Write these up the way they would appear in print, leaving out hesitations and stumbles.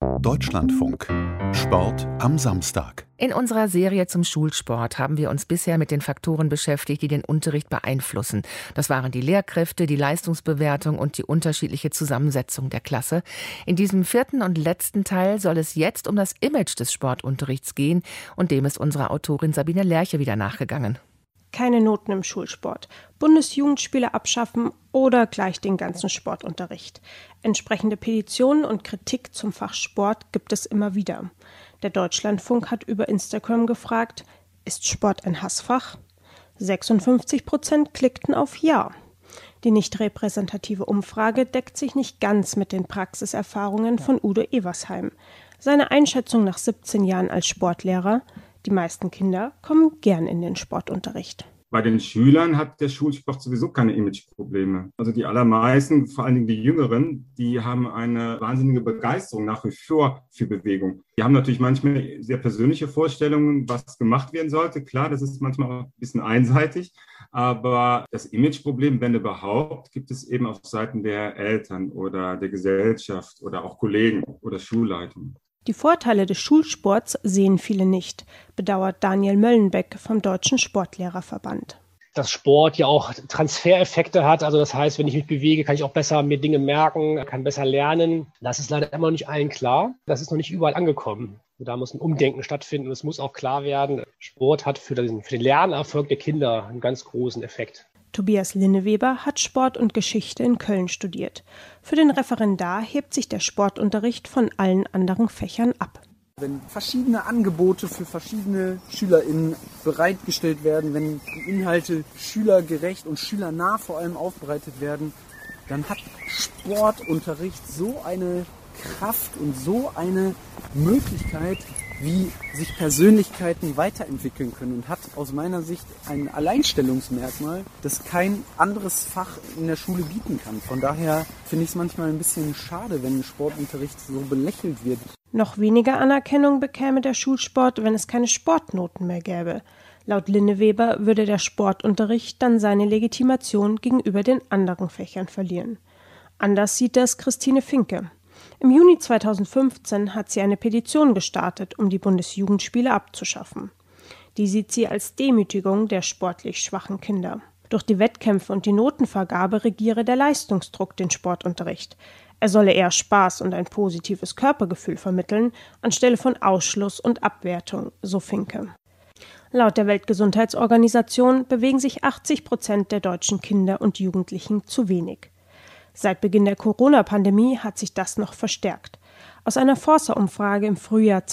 Deutschlandfunk. Sport am Samstag. In unserer Serie zum Schulsport haben wir uns bisher mit den Faktoren beschäftigt, die den Unterricht beeinflussen. Das waren die Lehrkräfte, die Leistungsbewertung und die unterschiedliche Zusammensetzung der Klasse. In diesem vierten und letzten Teil soll es jetzt um das Image des Sportunterrichts gehen und dem ist unsere Autorin Sabine Lerche wieder nachgegangen. Keine Noten im Schulsport, Bundesjugendspiele abschaffen oder gleich den ganzen Sportunterricht. Entsprechende Petitionen und Kritik zum Fach Sport gibt es immer wieder. Der Deutschlandfunk hat über Instagram gefragt, ist Sport ein Hassfach? 56% klickten auf Ja. Die nicht repräsentative Umfrage deckt sich nicht ganz mit den Praxiserfahrungen von Udo Eversheim. Seine Einschätzung nach 17 Jahren als Sportlehrer: Die meisten Kinder kommen gern in den Sportunterricht. Bei den Schülern hat der Schulsport sowieso keine Imageprobleme. Also die allermeisten, vor allen Dingen die Jüngeren, die haben eine wahnsinnige Begeisterung nach wie vor für Bewegung. Die haben natürlich manchmal sehr persönliche Vorstellungen, was gemacht werden sollte. Klar, das ist manchmal auch ein bisschen einseitig. Aber das Imageproblem, wenn überhaupt, gibt es eben auf Seiten der Eltern oder der Gesellschaft oder auch Kollegen oder Schulleitungen. Die Vorteile des Schulsports sehen viele nicht, bedauert Daniel Möllenbeck vom Deutschen Sportlehrerverband. Dass Sport ja auch Transfereffekte hat, also das heißt, wenn ich mich bewege, kann ich auch besser mir Dinge merken, kann besser lernen. Das ist leider immer noch nicht allen klar. Das ist noch nicht überall angekommen. Da muss ein Umdenken stattfinden und es muss auch klar werden, Sport hat für den Lernerfolg der Kinder einen ganz großen Effekt. Tobias Linneweber hat Sport und Geschichte in Köln studiert. Für den Referendar hebt sich der Sportunterricht von allen anderen Fächern ab. Wenn verschiedene Angebote für verschiedene SchülerInnen bereitgestellt werden, wenn die Inhalte schülergerecht und schülernah vor allem aufbereitet werden, dann hat Sportunterricht so eine Kraft und so eine Möglichkeit, wie sich Persönlichkeiten weiterentwickeln können und hat aus meiner Sicht ein Alleinstellungsmerkmal, das kein anderes Fach in der Schule bieten kann. Von daher finde ich es manchmal ein bisschen schade, wenn Sportunterricht so belächelt wird. Noch weniger Anerkennung bekäme der Schulsport, wenn es keine Sportnoten mehr gäbe. Laut Linneweber würde der Sportunterricht dann seine Legitimation gegenüber den anderen Fächern verlieren. Anders sieht das Christine Finke. Im Juni 2015 hat sie eine Petition gestartet, um die Bundesjugendspiele abzuschaffen. Die sieht sie als Demütigung der sportlich schwachen Kinder. Durch die Wettkämpfe und die Notenvergabe regiere der Leistungsdruck den Sportunterricht. Er solle eher Spaß und ein positives Körpergefühl vermitteln, anstelle von Ausschluss und Abwertung, so Finke. Laut der Weltgesundheitsorganisation bewegen sich 80% der deutschen Kinder und Jugendlichen zu wenig. Seit Beginn der Corona-Pandemie hat sich das noch verstärkt. Aus einer Forsa-Umfrage im Frühjahr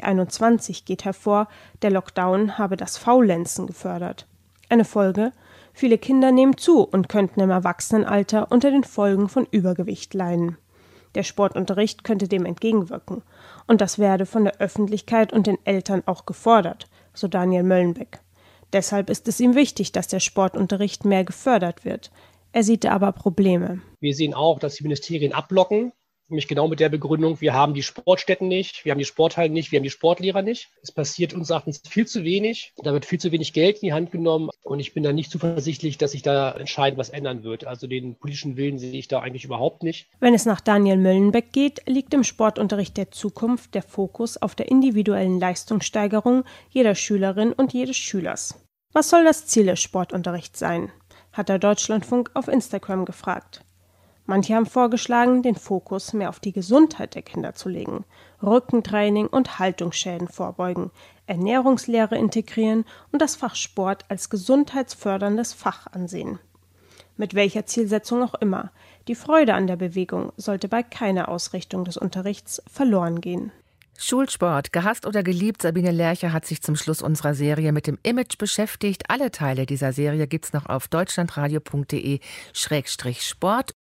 2021 geht hervor, der Lockdown habe das Faulenzen gefördert. Eine Folge: Viele Kinder nehmen zu und könnten im Erwachsenenalter unter den Folgen von Übergewicht leiden. Der Sportunterricht könnte dem entgegenwirken. Und das werde von der Öffentlichkeit und den Eltern auch gefordert, so Daniel Möllenbeck. Deshalb ist es ihm wichtig, dass der Sportunterricht mehr gefördert wird. Er sieht aber Probleme. Wir sehen auch, dass die Ministerien abblocken, nämlich genau mit der Begründung, wir haben die Sportstätten nicht, wir haben die Sporthallen nicht, wir haben die Sportlehrer nicht. Es passiert uns Erachtens viel zu wenig, da wird viel zu wenig Geld in die Hand genommen und ich bin da nicht zuversichtlich, dass sich da entscheidend was ändern wird. Also den politischen Willen sehe ich da eigentlich überhaupt nicht. Wenn es nach Daniel Möllenbeck geht, liegt im Sportunterricht der Zukunft der Fokus auf der individuellen Leistungssteigerung jeder Schülerin und jedes Schülers. Was soll das Ziel des Sportunterrichts sein? Hat der Deutschlandfunk auf Instagram gefragt. Manche haben vorgeschlagen, den Fokus mehr auf die Gesundheit der Kinder zu legen, Rückentraining und Haltungsschäden vorbeugen, Ernährungslehre integrieren und das Fach Sport als gesundheitsförderndes Fach ansehen. Mit welcher Zielsetzung auch immer, die Freude an der Bewegung sollte bei keiner Ausrichtung des Unterrichts verloren gehen. Schulsport, gehasst oder geliebt, Sabine Lerche hat sich zum Schluss unserer Serie mit dem Image beschäftigt. Alle Teile dieser Serie gibt's noch auf deutschlandradio.de/sport.